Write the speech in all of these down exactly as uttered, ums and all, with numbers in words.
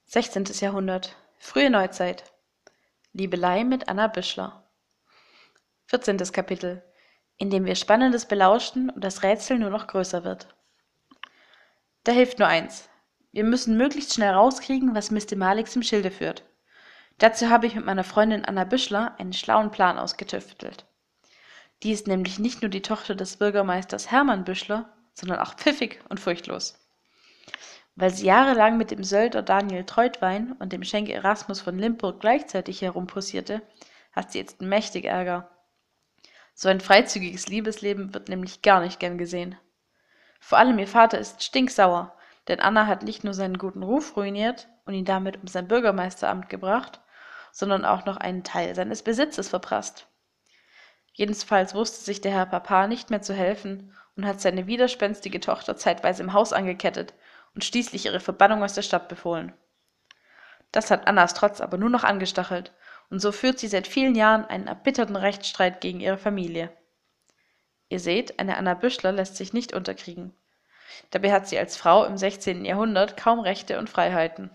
sechzehntes. Jahrhundert. Frühe Neuzeit. Liebelei mit Anna Büschler. vierzehntes. Kapitel, in dem wir Spannendes belauschten und das Rätsel nur noch größer wird. Da hilft nur eins. Wir müssen möglichst schnell rauskriegen, was Mister Malix im Schilde führt. Dazu habe ich mit meiner Freundin Anna Büschler einen schlauen Plan ausgetüftelt. Die ist nämlich nicht nur die Tochter des Bürgermeisters Hermann Büschler, sondern auch pfiffig und furchtlos. Weil sie jahrelang mit dem Söldner Daniel Treutwein und dem Schenker Erasmus von Limburg gleichzeitig herumposierte, hat sie jetzt mächtig Ärger. So ein freizügiges Liebesleben wird nämlich gar nicht gern gesehen. Vor allem ihr Vater ist stinksauer, denn Anna hat nicht nur seinen guten Ruf ruiniert und ihn damit um sein Bürgermeisteramt gebracht, sondern auch noch einen Teil seines Besitzes verprasst. Jedenfalls wusste sich der Herr Papa nicht mehr zu helfen und hat seine widerspenstige Tochter zeitweise im Haus angekettet und schließlich ihre Verbannung aus der Stadt befohlen. Das hat Annas Trotz aber nur noch angestachelt, und so führt sie seit vielen Jahren einen erbitterten Rechtsstreit gegen ihre Familie. Ihr seht, eine Anna Büschler lässt sich nicht unterkriegen. Dabei hat sie als Frau im sechzehnten. Jahrhundert kaum Rechte und Freiheiten.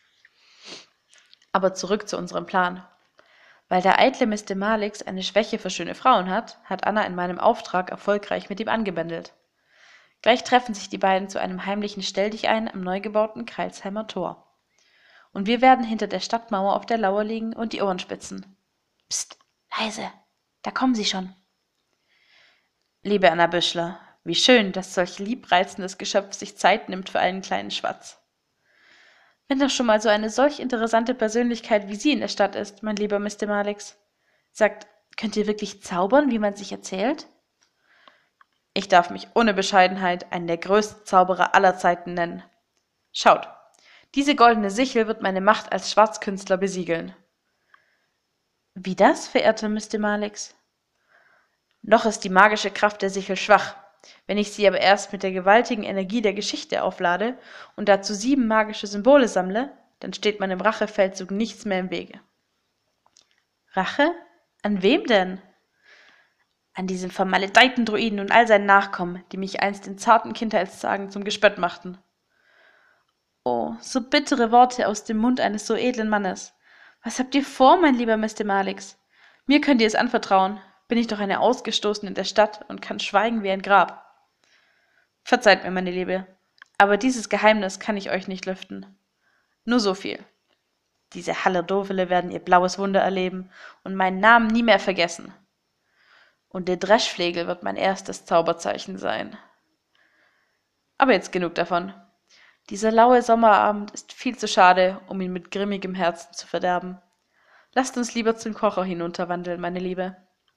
Aber zurück zu unserem Plan. Weil der eitle Mister Malix eine Schwäche für schöne Frauen hat, hat Anna in meinem Auftrag erfolgreich mit ihm angebändelt. Gleich treffen sich die beiden zu einem heimlichen Stelldichein am neu gebauten Kreilsheimer Tor. Und wir werden hinter der Stadtmauer auf der Lauer liegen und die Ohren spitzen. Psst, leise, da kommen sie schon. Liebe Anna Büschler, wie schön, dass solch liebreizendes Geschöpf sich Zeit nimmt für einen kleinen Schwatz. Wenn doch schon mal so eine solch interessante Persönlichkeit wie Sie in der Stadt ist, mein lieber Mister Malix. Sagt, könnt ihr wirklich zaubern, wie man sich erzählt? Ich darf mich ohne Bescheidenheit einen der größten Zauberer aller Zeiten nennen. Schaut, diese goldene Sichel wird meine Macht als Schwarzkünstler besiegeln. Wie das, verehrter Mister Malix? Noch ist die magische Kraft der Sichel schwach. Wenn ich sie aber erst mit der gewaltigen Energie der Geschichte auflade und dazu sieben magische Symbole sammle, dann steht meinem Rachefeldzug nichts mehr im Wege. Rache? An wem denn? An diesem vermaledeiten Druiden und all seinen Nachkommen, die mich einst in zarten Kindheitstagen zum Gespött machten. Oh, so bittere Worte aus dem Mund eines so edlen Mannes. Was habt ihr vor, mein lieber Mister Malix? Mir könnt ihr es anvertrauen. Bin ich doch eine Ausgestoßene in der Stadt und kann schweigen wie ein Grab. Verzeiht mir, meine Liebe, aber dieses Geheimnis kann ich euch nicht lüften. Nur so viel. Diese Hallerdovele werden ihr blaues Wunder erleben und meinen Namen nie mehr vergessen. Und der Dreschflegel wird mein erstes Zauberzeichen sein. Aber jetzt genug davon. Dieser laue Sommerabend ist viel zu schade, um ihn mit grimmigem Herzen zu verderben. Lasst uns lieber zum Kocher hinunterwandeln, meine Liebe.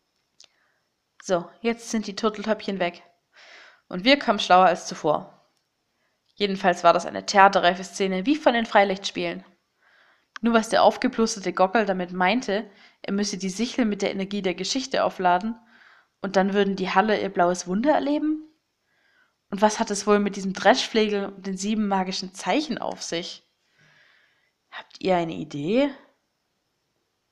So, jetzt sind die Turteltöpfchen weg. Und wir kamen schlauer als zuvor. Jedenfalls war das eine theaterreife Szene, wie von den Freilichtspielen. Nur was der aufgeplusterte Gockel damit meinte, er müsse die Sichel mit der Energie der Geschichte aufladen, und dann würden die Halle ihr blaues Wunder erleben? Und was hat es wohl mit diesem Dreschflegel und den sieben magischen Zeichen auf sich? Habt ihr eine Idee?